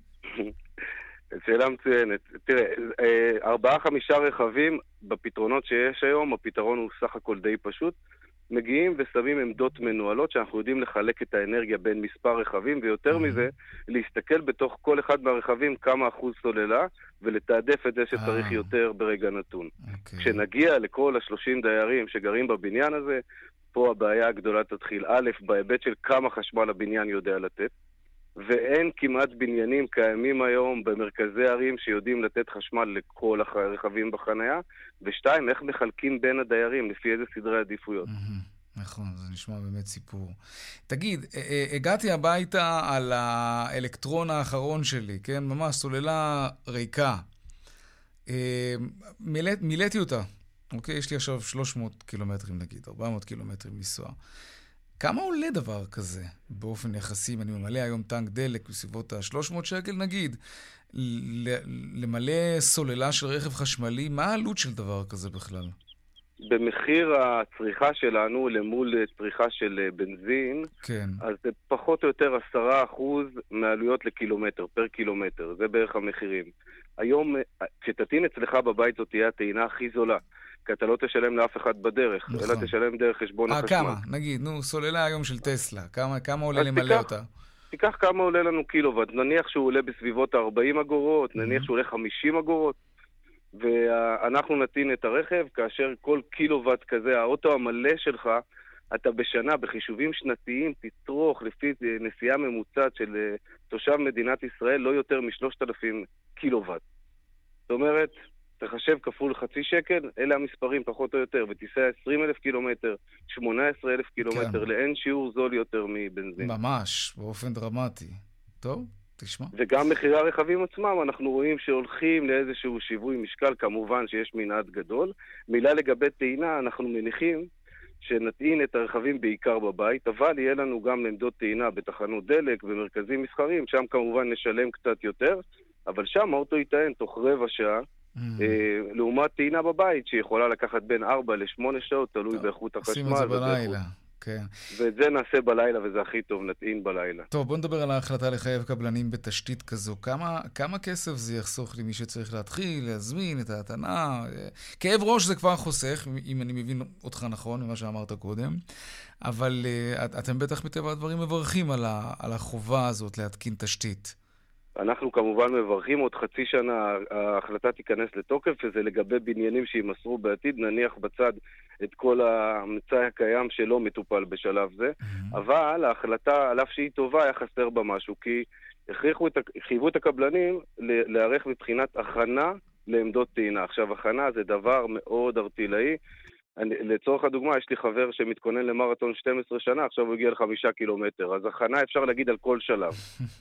שאלה מצוינת. תראה, ארבעה, חמישה רכבים, בפתרונות שיש היום, הפתרון הוא סך הכל די פשוט. מגיעים ושמים עמדות מנוהלות שאנחנו יודעים לחלק את האנרגיה בין מספר רכבים, ויותר מזה, להסתכל בתוך כל אחד מהרכבים כמה אחוז סוללה, ולתעדף את זה שצריך יותר ברגע נתון. כשנגיע לכל השלושים דיירים שגרים בבניין הזה, פה הבעיה הגדולה תתחיל א', בהיבט של כמה חשמל הבניין יודע לתת, ואין כמעט בניינים קיימים היום במרכזי ערים שיודעים לתת חשמל לכל הרכבים בחנייה, ושתיים, איך מחלקים בין הדיירים, לפי איזה סדרי עדיפויות. נכון, זה נשמע באמת סיפור. תגיד, הגעתי הביתה על האלקטרון האחרון שלי, כן? ממש סוללה ריקה. מילאתי אותה. אוקיי, יש לי עכשיו שלוש מאות קילומטרים נגיד, ארבע מאות קילומטרים לנסוע. כמה עולה דבר כזה באופן יחסי? אני ממלא היום טנק דלק בסביבות ה-שלוש מאות שקל נגיד, למלא סוללה של רכב חשמלי, מה העלות של דבר כזה בכלל? במחיר הצריכה שלנו למול צריכה של בנזין, כן. אז זה פחות או יותר עשרה אחוז מעלויות לקילומטר, פר קילומטר, זה בערך המחירים. היום, כשתטעין אצלך בבית זאת תהיה הטעינה הכי זולה, כי אתה לא תשלם לאף אחד בדרך, נכון. אלא תשלם דרך חשבון החשמל. כמה? נגיד, נו, סוללה היום של טסלה, כמה, כמה עולה למלא תיקח, אותה? תיקח כמה עולה לנו קילוואט, נניח שהוא עולה בסביבות ארבעים אגורות, נניח שהוא עולה חמישים אגורות, ואנחנו נטעין את הרכב, כאשר כל קילוואט כזה, האוטו המלא שלך, אתה בשנה, בחישובים שנתיים, תצרוך לפי נסיעה ממוצעת של תושב מדינת ישראל, לא יותר משלושת אלפים קילוואט. זאת אומרת, תחשב כפול חצי שקל, אלה המספרים פחות או יותר, ותיסע עשרים אלף קילומטר, שמונה עשרה אלף קילומטר, כן. לאין שיעור זול יותר מבנזין. ממש, באופן דרמטי. טוב, תשמע. וגם מחירי הרכבים עצמם, אנחנו רואים שהולכים לאיזשהו שיווי משקל, כמובן שיש מנעד גדול. מילה לגבי טעינה, אנחנו מניחים שנטעין את הרכבים בעיקר בבית, אבל יהיה לנו גם עמדות טעינה בתחנות דלק, במרכזים מסחריים, שם כמובן נשלם קצת יותר, אבל שם האוטו יטען תוך רבע שעה, mm. אה, לעומת טעינה בבית, שיכולה לקחת בין ארבע לשמונה שעות, תלוי טוב, באיכות החשמל. עושים את זה בלילה. כן. ואת זה נעשה בלילה, וזה הכי טוב, נטעין בלילה. טוב, בוא נדבר על ההחלטה לחייב קבלנים בתשתית כזו. כמה, כמה כסף זה יחסוך למי שצריך להתחיל, להזמין את ההתנה? כאב ראש זה כבר חוסך, אם אני מבין אותך נכון, ממה שאמרת קודם. אבל את, אתם בטח מטבע הדברים מברכים על, ה, על החובה הזאת להתקין תשתית. אנחנו כמובן מברכים, עוד חצי שנה ההחלטה תיכנס לתוקף, וזה לגבי בניינים שימסרו בעתיד, נניח בצד את כל המצאי הקיים שלא מטופל בשלב זה, mm-hmm. אבל ההחלטה, על אף שהיא טובה, היה חסר בה משהו, כי הכריחו את, חייבו את הקבלנים להיערך מבחינת הכנה לעמדות טעינה. עכשיו, הכנה זה דבר מאוד ארטילאי, אני, לצורך הדוגמה, יש לי חבר שמתכונן למרתון שתים עשרה שנה, עכשיו הוא הגיע לחמישה קילומטר, אז הכנה אפשר להגיד על כל שלב.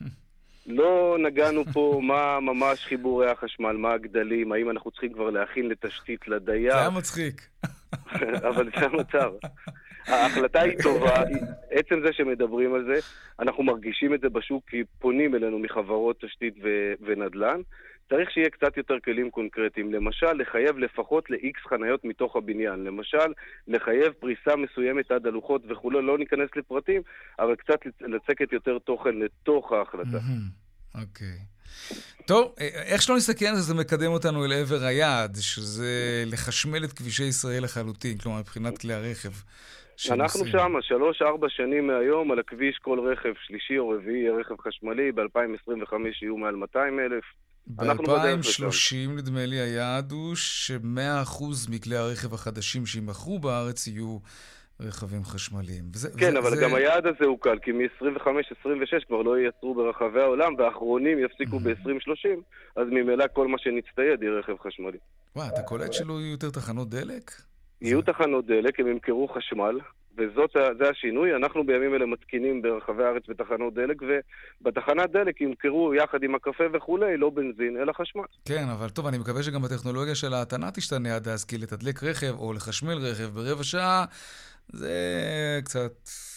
לא נגענו פה מה ממש חיבורי החשמל, מה הגדלים, האם אנחנו צריכים כבר להכין לתשתית לדייר. זה היה מצחיק. אבל זה המצב. ההחלטה היא טובה, עצם זה שמדברים על זה, אנחנו מרגישים את זה בשוק כי פונים אלינו מחברות תשתית ו- ונדל"ן. צריך שיהיה קצת יותר כלים קונקרטיים. למשל, לחייב לפחות ל-X חניות מתוך הבניין. למשל, לחייב פריסה מסוימת עד הלוחות וכו'. לא ניכנס לפרטים, אבל קצת לצקת יותר תוכן לתוך ההחלטה. אוקיי. טוב, איך שלא נסתכל על זה, זה מקדם אותנו אל עבר היעד, שזה לחשמל את כבישי ישראל לחלוטין, כלומר, מבחינת כלי הרכב. אנחנו שם, שלוש, ארבע שנים מהיום, על הכביש כל רכב שלישי או רביעי יהיה רכב חשמלי, ב-אלפיים עשרים וחמש יהיו מעל מאתיים אלף. ב-אלפיים ושלושים, נדמה לי, היעד הוא ש-מאה אחוז מכלי הרכב החדשים שימכרו בארץ יהיו רכבים חשמליים. וזה, כן, וזה, אבל זה... גם היעד הזה הוא קל, כי מ-עשרים וחמש עשרים ושש כבר לא ייצרו ברחבי העולם, והאחרונים יפסיקו ב-עשרים שלושים, אז ממילא כל מה שנצטייד יהיה רכב חשמלי. וואה, אתה קולט שלא יהיו יותר תחנות דלק? יהיו זה... תחנות דלק, הם ימכרו חשמל, וזה השינוי. אנחנו בימים אלה מתקינים ברחבי הארץ בתחנות דלק, ובתחנת דלק ימכרו יחד עם הקפה וכולי, לא בנזין, אלא חשמל. כן, אבל טוב, אני מקווה שגם הטכנולוגיה של ההתנה תשתנה עד אז, כי לתדלק רכב או לחשמל רכב ברבע שעה, זה קצת...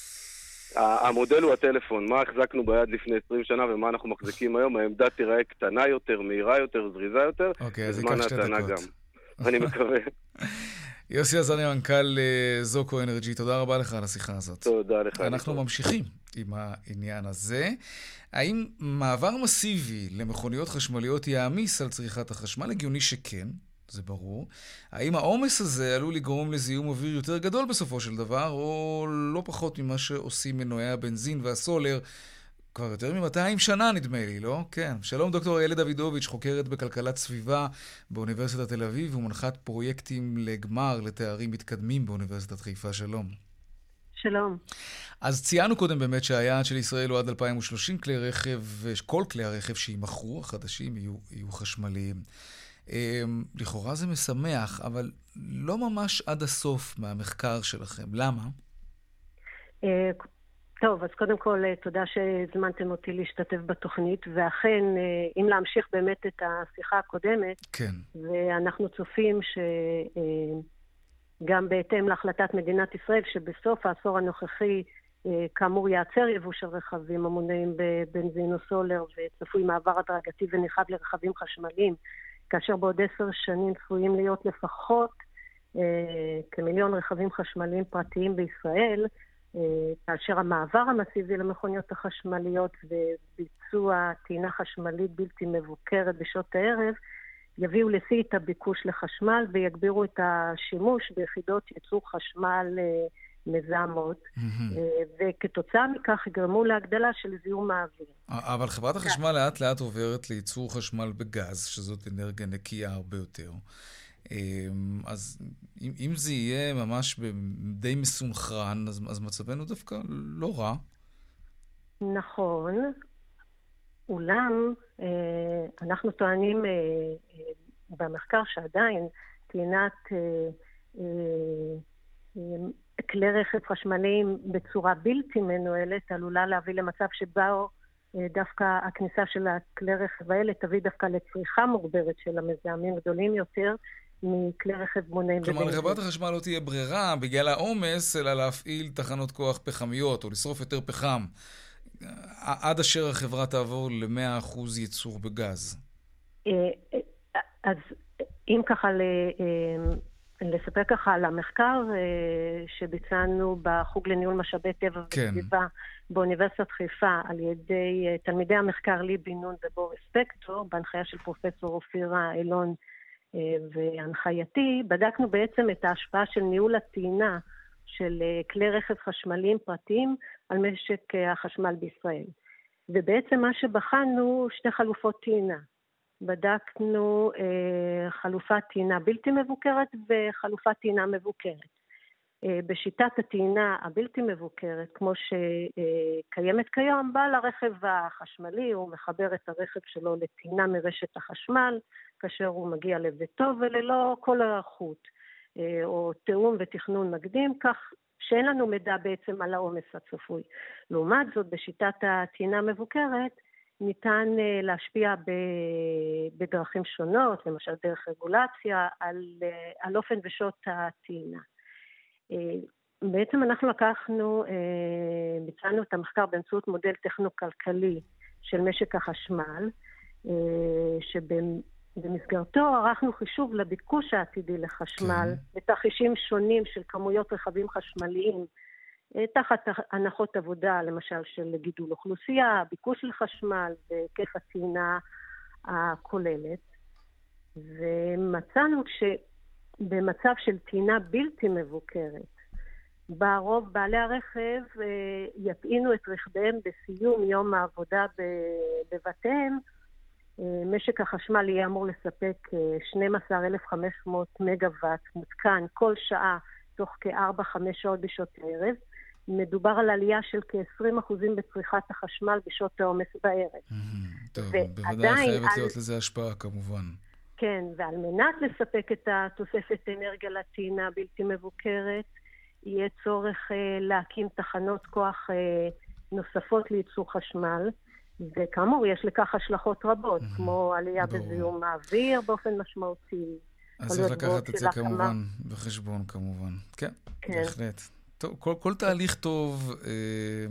המודל הוא הטלפון, מה החזקנו ביד לפני עשרים שנה ומה אנחנו מחזיקים היום, העמדה תיראה קטנה יותר, מהירה יותר, זריזה יותר, וזמן ההתנה גם. אני מקווה. יוסי עזריה, מנכ"ל זוקו אנרג'י, תודה רבה לך על השיחה הזאת. תודה לך. אנחנו ממשיכים עם העניין הזה. האם מעבר מסיבי למכוניות חשמליות יעמיס על צריכת החשמל? הגיוני שכן, זה ברור. האם העומס הזה עלול לגרום לזיהום אוויר יותר גדול בסופו של דבר, או לא פחות ממה שעושים מנועי הבנזין והסולר, כבר יותר מ-מאתיים שנה נדמה לי, לא? כן. שלום דוקטור איילת דוידוביץ', חוקרת בכלכלת סביבה באוניברסיטת תל אביב ומנחת פרויקטים לגמר לתארים מתקדמים באוניברסיטת חיפה. שלום. שלום. אז ציינו קודם באמת שהיעד של ישראל הוא עד אלפיים ושלושים כלי רכב, כל כלי הרכב שימכרו, החדשים יהיו, יהיו חשמליים. לכאורה זה משמח, אבל לא ממש עד הסוף מהמחקר שלכם. למה? טוב, אז קודם כל תודה שהזמנתם אותי להשתתף בתוכנית, ואכן, אם להמשיך באמת את השיחה הקודמת, כן. ואנחנו צופים שגם בהתאם להחלטת מדינת ישראל, שבסוף העשור הנוכחי, כאמור ייעצר יבוא של רכבים המונעים בבנזין או סולר, וצפוי מעבר הדרגתי ונרחב לרכבים חשמליים, כאשר בעוד עשר שנים צפויים להיות לפחות כמיליון רכבים חשמליים פרטיים בישראל, כאשר המעבר המסיבי למכוניות החשמליות וביצוע טעינה חשמלית בלתי מבוקרת בשעות הערב יביאו לשיא את הביקוש לחשמל ויגבירו את השימוש ביחידות ייצור חשמל מזהמות, וכתוצאה מכך יגרמו להגדלה של זיהום האוויר. אבל חברת החשמל לאט לאט עוברת לייצור חשמל בגז, שזאת אנרגיה נקייה הרבה יותר. אז אם, אם זה יהיה ממש די מסונכרן, אז, אז מצבנו דווקא לא רע. נכון. אולם, אנחנו טוענים במחקר שעדיין טעינת כלי רכב חשמליים בצורה בלתי מנוהלת עלולה להביא למצב שבו דווקא הכניסה של הכלי רכב האלה תביא דווקא לצריכה מוגברת של המזהמים גדולים יותר מכלי רכב מונעים. כלומר, לחברת החשמל לא תהיה ברירה בגלל העומס, אלא להפעיל תחנות כוח פחמיות או לשרוף יותר פחם, עד אשר החברה תעבור ל-מאה אחוז ייצור בגז. אז אם ככה לספר ככה על המחקר שביצענו בחוג לניהול משאבי טבע וסביבה באוניברסיטת חיפה על ידי תלמידי המחקר לי בן נון ובוריס ספקטור, בהנחיה של פרופסור אופירה אילון והנחייתי, בדקנו בעצם את ההשפעה של ניהול הטעינה של כלי רכב חשמליים פרטיים על משק החשמל בישראל. ובעצם מה שבחנו שתי חלופות טעינה. בדקנו אה, חלופת טעינה בלתי מבוקרת וחלופת טעינה מבוקרת. אה, בשיטת הטעינה הבלתי מבוקרת, כמו שקיימת כיום, בעל הרכב החשמלי הוא מחבר את הרכב שלו לטעינה מרשת החשמל, כאשר הוא מגיע לביתו וללא כל הערכות, אה, או תיאום ותכנון מקדים, כך שאין לנו מידע בעצם על העומס הצפוי. לעומת זאת, בשיטת הטעינה המבוקרת, ניתן להשפיע בדרכים שונות, למשל דרך רגולציה, על, על אופן ושעות הטעינה. בעצם אנחנו לקחנו, ביצענו את המחקר באמצעות מודל טכנו-כלכלי של משק החשמל, שבמסגרתו ערכנו חישוב לביקוש העתידי לחשמל, בתרחישים שונים של כמויות רכבים חשמליים, תחת הנחות עבודה, למשל של גידול אוכלוסייה, ביקוש לחשמל וכיף הטעינה הכוללת. ומצאנו שבמצב של טעינה בלתי מבוקרת, ברוב בעלי הרכב יטעינו את רכביהם בסיום יום העבודה בבתיהם, משק החשמל יהיה אמור לספק שנים עשר אלף וחמש מאות מגוואט מותקן כל שעה תוך כ-ארבע חמש שעות בשעות הערב. מדובר על עלייה של כ-עשרים אחוזים בצריכת החשמל בשעות העומס בערב. טוב, בוודאי חייבת להיות לזה השפעה כמובן. כן, ועל מנת לספק את התוספת אנרגיה לטעינה בלתי מבוקרת, יהיה צורך להקים תחנות כוח נוספות לייצור חשמל, וכאמור יש לכך השלכות רבות, כמו עלייה בזיהום האוויר באופן משמעותי. אז צריך לקחת את זה כמובן בחשבון כמובן. כן, בהחלט. טוב, כל, כל תהליך טוב אה,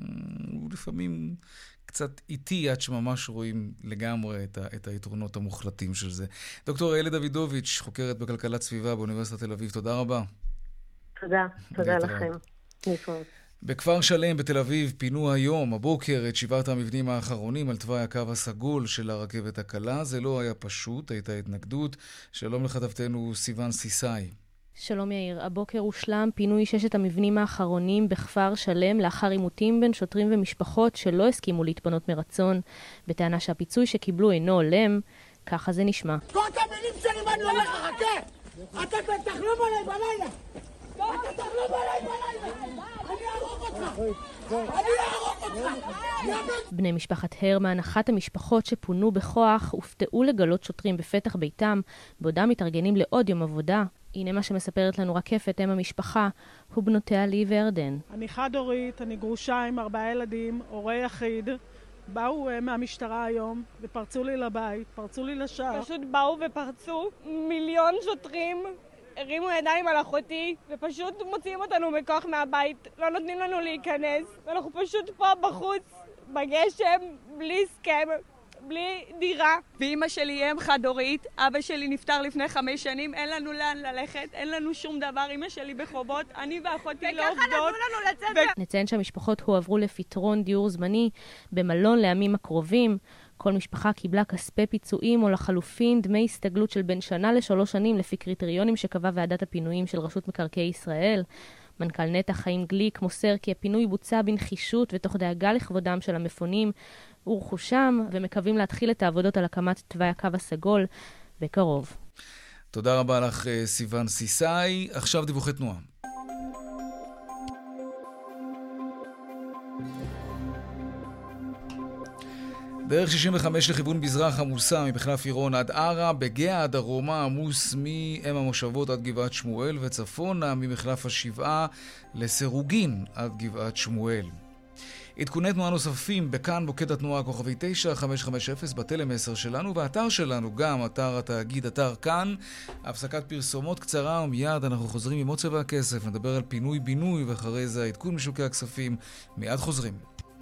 הוא לפעמים קצת איטי עד שממש רואים לגמרי את, ה, את היתרונות המוחלטים של זה. דוקטור איילת דוידוביץ', חוקרת בכלכלת סביבה באוניברסיטת תל אביב, תודה רבה. תודה, תודה לכם. נפרד. בכפר שלם בתל אביב פינו היום, הבוקר, את שבעת המבנים האחרונים על תוואי הקו הסגול של הרכבת הקלה. זה לא היה פשוט, הייתה התנגדות. שלום לכתבתנו סיוון סיסאי. שלום יאיר, הבוקר הושלם פינוי ששת המבנים האחרונים בכפר שלם לאחר עימותים בין שוטרים ומשפחות שלא הסכימו להתפנות מרצון, בטענה שהפיצוי שקיבלו אינו הולם. ככה זה נשמע. תקור את המילים שלי ואני הולך לחכה! אתה תחלום עליי בלילה! אתה תחלום עליי בלילה! אני אערוך אותך! אני אערוך אותך! בני משפחת הרמן, אחת המשפחות שפונו בכוח, הופתעו לגלות שוטרים בפתח ביתם, בעודם מתארגנים לעוד יום עבודה. הנה מה שמספרת לנו רקפת, אם המשפחה, הוא בנותיה לי וירדן. אני חד הורית, אני גרושה עם ארבעה ילדים, הורי יחיד. באו uh, מהמשטרה היום ופרצו לי לבית, פרצו לי לשער. פשוט באו ופרצו מיליון שוטרים, הרימו ידיים על אחותי ופשוט מוציאים אותנו בכוח מהבית, לא נותנים לנו להיכנס. ואנחנו פשוט פה בחוץ, בגשם, בלי סכם. בלי דירה. ואמא שלי אם חד הורית, אבא שלי נפטר לפני חמש שנים, אין לנו לאן ללכת, אין לנו שום דבר, אמא שלי בחובות, אני ואחותי לא עובדות. וככה נתנו לנו לצאת. ו... נציין שהמשפחות הועברו לפתרון דיור זמני במלון לימים הקרובים. כל משפחה קיבלה כספי פיצויים או לחלופין דמי הסתגלות של בין שנה לשלוש שנים לפי קריטריונים שקבעה ועדת הפינויים של רשות מקרקעי ישראל. מנכ"ל נטע חיים גליק מוסר כי הפינוי בוצע בנחישות ותוך דאגה לכבודם של המפונים ורכושם, ומקווים להתחיל את העבודות על הקמת תוואי הקו הסגול בקרוב. תודה רבה לך סיוון סיסאי. עכשיו דיווחי תנועה. דרך שישים וחמש לכיוון מזרח עמוסה ממחלף עירון עד ערה, בגאה הדרומה עמוס מאם המושבות עד גבעת שמואל, וצפונה ממחלף השבעה לסירוגין עד גבעת שמואל. עדכוני תנועה נוספים בכאן מוקד התנועה כוכבי תשע חמש חמש אפס בטלמסר שלנו, והאתר שלנו גם, אתר התאגיד, אתר כאן. הפסקת פרסומות קצרה ומיד אנחנו חוזרים עם עוד צבע הכסף, נדבר על פינוי בינוי ואחרי זה העדכון משוקי הכספים. מיד חוזרים.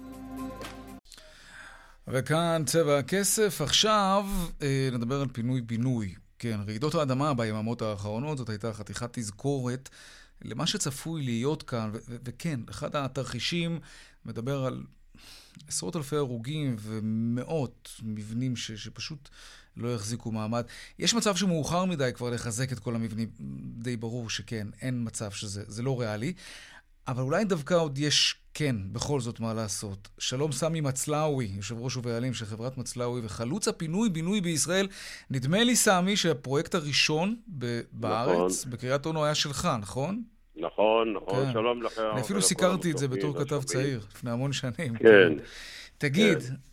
וכאן צבע הכסף. עכשיו אה, נדבר על פינוי בינוי. כן, רעידות האדמה ביממות האחרונות, זאת הייתה חתיכת תזכורת למה שצפוי להיות כאן, ו- ו- וכן, אחד התרחישים מדבר על עשרות אלפי הרוגים ומאות מבנים ש- שפשוט לא יחזיקו מעמד. יש מצב שמאוחר מדי כבר לחזק את כל המבנים, די ברור שכן, אין מצב שזה זה לא ריאלי, אבל אולי דווקא עוד יש, כן, בכל זאת מה לעשות. שלום סמי מצלאוי, יושב ראש ובעלים של חברת מצלאוי וחלוץ הפינוי בינוי בישראל. נדמה לי סמי שהפרויקט הראשון ב- בארץ, נכון. בקריית אונו היה שלך, נכון? נכון, נכון, כן. שלום לכם. אני אפילו סיקרתי את זה בתור כתב צעיר, לפני המון שנים. כן. תגיד, כן.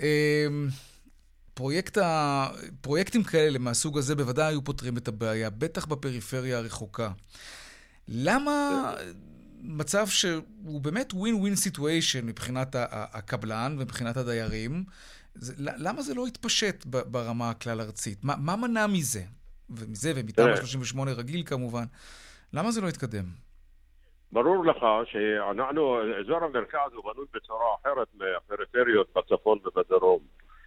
פרויקט ה... פרויקטים כאלה מהסוג הזה בוודאי היו פותרים את הבעיה, בטח בפריפריה הרחוקה. למה מצב שהוא באמת ווין-ווין סיטואשן מבחינת הקבלן ומבחינת הדיירים, למה זה לא התפשט ברמה הכלל ארצית? מה, מה מנע מזה? ומזה ומתאם שלושים ושמונה רגיל כמובן. למה זה לא התקדם? ברור לך שאנחנו, אזור המרכז הוא בנוי בצורה אחרת מהפריפריות בצפון ובדרום.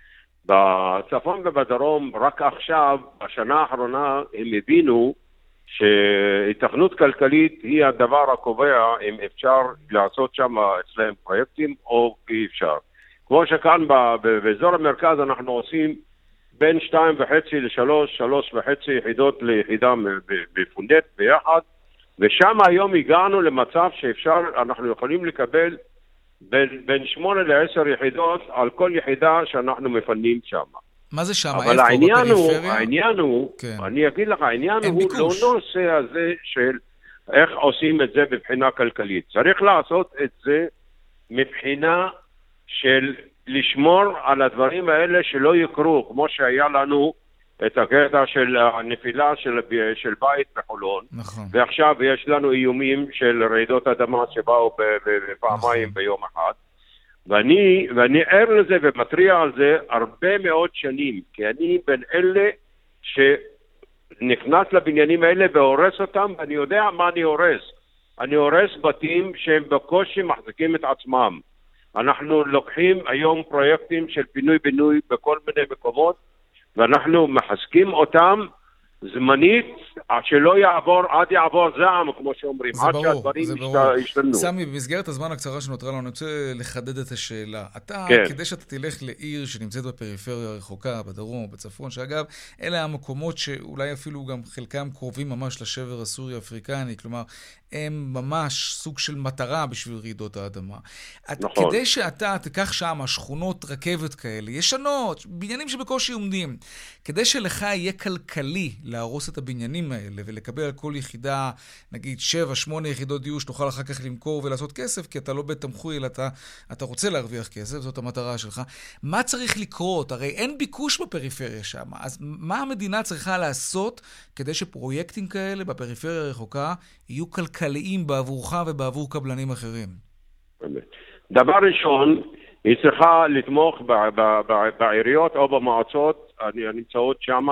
בצפון ובדרום רק עכשיו, בשנה האחרונה, הם הבינו שהתכנות כלכלית היא הדבר הקובע אם אפשר לעשות שם אצלהם פרויקטים או אי אפשר. כמו שכאן באזור המרכז אנחנו עושים בין שתיים וחצי לשלוש, שלוש וחצי יחידות ליחידה בפונדט ביחד, ושם היום הגענו למצב שאפשר, אנחנו יכולים לקבל בין, בין שמונה לעשר יחידות על כל יחידה שאנחנו מפנים שם. מה זה שם? אבל העניין הוא, העניין הוא, כן. אני אגיד לך, העניין הוא ביקוש. לא נושא הזה של איך עושים את זה מבחינה כלכלית. צריך לעשות את זה מבחינה של לשמור על הדברים האלה שלא יקרו, כמו שהיה לנו את הקטע של הנפילה של, של בית בחולון. נכון. ועכשיו יש לנו איומים של רעידות אדמה שבאו בפעמיים נכון. ביום אחד. ואני, ואני ער לזה ומטריע על זה הרבה מאוד שנים, כי אני בין אלה שנכנס לבניינים האלה והורס אותם, ואני יודע מה אני הורס. אני הורס בתים שהם בקושי מחזיקים את עצמם. אנחנו לוקחים היום פרויקטים של פינוי-בינוי בכל מיני מקומות, ואנחנו מחזקים אותם זמנית, שלא יעבור, עד יעבור זעם, כמו שאומרים, עד ברור, שהדברים ישתנו. סמי, במסגרת הזמן הקצרה שנותרה לנו, אני רוצה לחדד את השאלה. אתה, כן. כדי שאתה תלך לעיר שנמצאת בפריפריה הרחוקה, בדרום, בצפון, שאגב, אלה המקומות שאולי אפילו גם חלקם קרובים ממש לשבר הסורי-אפריקני, כלומר, הם ממש סוג של מטרה בשביל רעידות האדמה. נכון. כדי שאתה תיקח שם שכונות רכבת כאלה, ישנות, בניינים שבקושי עומדים, כדי שלך יהיה כלכלי להרוס את הבניינים האלה ולקבל על כל יחידה, נגיד שבע, שמונה יחידות דיור שתוכל אחר כך למכור ולעשות כסף, כי אתה לא בית תמחוי, אלא אתה, אתה רוצה להרוויח כסף, זאת המטרה שלך. מה צריך לקרות? הרי אין ביקוש בפריפריה שם. אז מה המדינה צריכה לעשות כדי שפרויקטים כאלה בפריפריה הרחוקה יהיו כלכליים בעבורך ובעבור קבלנים אחרים? דבר ראשון, היא צריכה לתמוך בעיריות או במועצות הנמצאות שם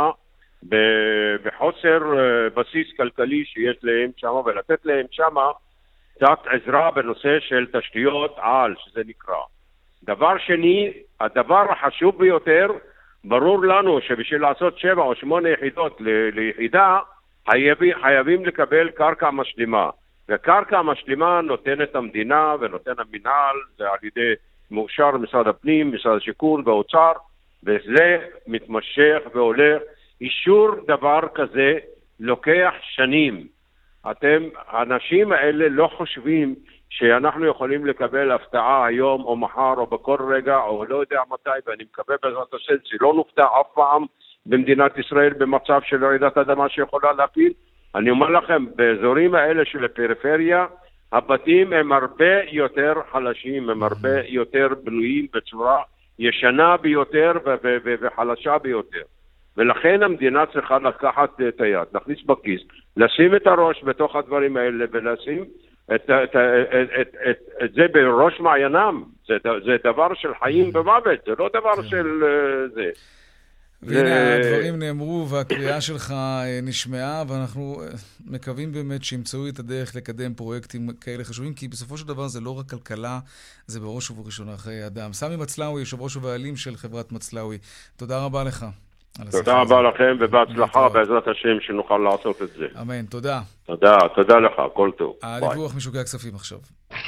בחוסר בסיס כלכלי שיש להם שם, ולתת להם שם קצת עזרה בנושא של תשתיות על, שזה נקרא. דבר שני, הדבר החשוב ביותר, ברור לנו שבשביל לעשות שבע או שמונה יחידות ליחידה, חייבים לקבל קרקע משלימה. וקרקע משלימה נותנת המדינה ונותן המנהל, זה על ידי מאושר משרד הפנים, משרד השיכון והאוצר, וזה מתמשך והולך. אישור דבר כזה לוקח שנים. אתם, האנשים האלה לא חושבים שאנחנו יכולים לקבל הפתעה היום או מחר או בכל רגע או לא יודע מתי, ואני מקווה בעזרת השם שלא נופתע אף פעם במדינת ישראל במצב של רעידת אדמה שיכולה להפיל. אני אומר לכם, באזורים האלה של הפריפריה, הבתים הם הרבה יותר חלשים, הם הרבה יותר בנויים בצורה ישנה ביותר וחלשה ביותר. ולכן המדינה צריכה לקחת את היד, להכניס בכיס, לשים את הראש בתוך הדברים האלה ולשים את, את, את, את, את, את זה בראש מעיינם. זה, זה דבר של חיים ומוות, זה לא דבר של זה. והנה הדברים נאמרו והקריאה שלך נשמעה, ואנחנו מקווים באמת שימצאו את הדרך לקדם פרויקטים כאלה חשובים, כי בסופו של דבר זה לא רק כלכלה, זה בראש ובראשונה חיי אדם. סמי מצלאוי, יושב ראש ובעלים של חברת מצלאוי, תודה רבה לך. תודה רבה לכם ובהצלחה בעזרת השם שנוכל לעשות את זה. אמן, תודה. תודה, תודה לך, כל טוב. הדיווח משוקי הכספים עכשיו.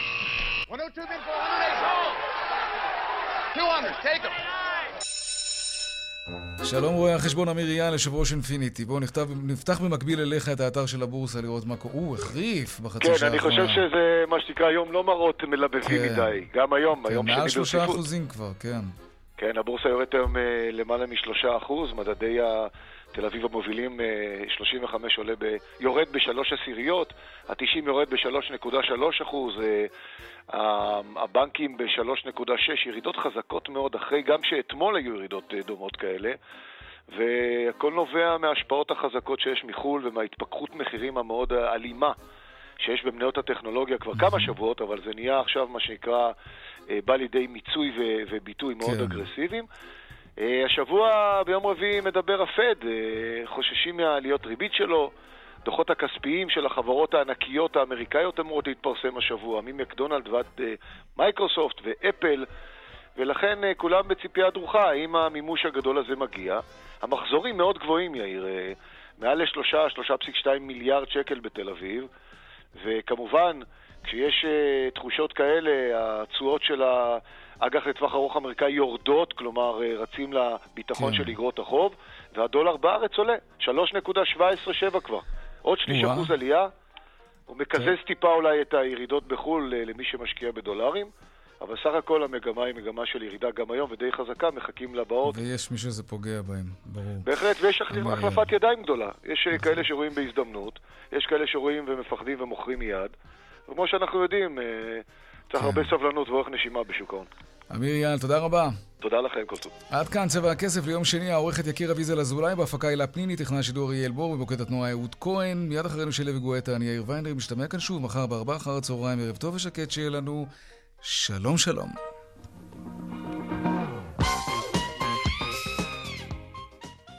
שלום רואה החשבון אמיר אייל, יושב ראש אינפיניטי. בואו נפתח במקביל אליך את האתר של הבורסה לראות מה קורה. הוא החריף בחצי שעה. כן, אני חושב שזה מה שנקרא היום לא מראות מלבבים מדי. גם היום, היום מעל שלושה אחוזים כבר, כן. כן, הבורסה יורדת היום למעלה משלושה אחוז, מדדי תל אביב המובילים שלושים וחמש עולה ב... יורד בשלוש עשיריות, ה-תשעים יורד ב-שלוש נקודה שלוש אחוז, הבנקים ב-שלוש נקודה שש, ירידות חזקות מאוד, אחרי גם שאתמול היו ירידות דומות כאלה, והכל נובע מההשפעות החזקות שיש מחול ומההתפקחות מחירים המאוד אלימה שיש במניות הטכנולוגיה כבר כמה שבועות, אבל זה נהיה עכשיו מה שנקרא בא לידי מיצוי ו- וביטוי מאוד כן. אגרסיביים. השבוע ביום רביעי מדבר הפד, חוששים מהעליות ריבית שלו, דוחות הכספיים של החברות הענקיות האמריקאיות אמורות להתפרסם השבוע, ממקדונלד ועד מייקרוסופט ואפל, ולכן כולם בציפייה דרוכה, האם המימוש הגדול הזה מגיע. המחזורים מאוד גבוהים, יאיר, מעל לשלושה, שלושה נקודה שתיים מיליארד שקל בתל אביב, וכמובן, כשיש uh, תחושות כאלה, התשואות של האג"ח לטווח ארוך אמריקאי יורדות, כלומר uh, רצים לביטחון כן. של אגרות החוב, והדולר בארץ עולה, שלוש נקודה שבע עשרה שבע כבר. עוד שליש אחוז עלייה, הוא מקזז כן. טיפה אולי את הירידות בחול uh, למי שמשקיע בדולרים, אבל סך הכל המגמה היא מגמה של ירידה גם היום, ודי חזקה, מחכים לבאות. ויש מישהו שזה פוגע בהם, ברור. בהחלט, ויש החלפת ידיים גדולה. יש כאלה שרואים בהזדמנות, יש כאלה שרואים ומפחדים ומוכרים מיד. וכמו שאנחנו יודעים, צריך הרבה סבלנות ואורך נשימה בשוק ההון. אמיר אייל, תודה רבה. תודה לכם, כל טוב. עד כאן צבע הכסף ליום שני, העורכת יקיר אביזל אזולאי, בהפקה הילה פניני, טכנאי השידור אריאל בור, במוקד התנועה אהוד כהן, מיד אחרינו שלי וגואטה, אני יאיר ויינרי, משתמע כאן שוב, מחר בארבע אחר הצהריים, ערב טוב ושקט שיהיה לנו. שלום שלום.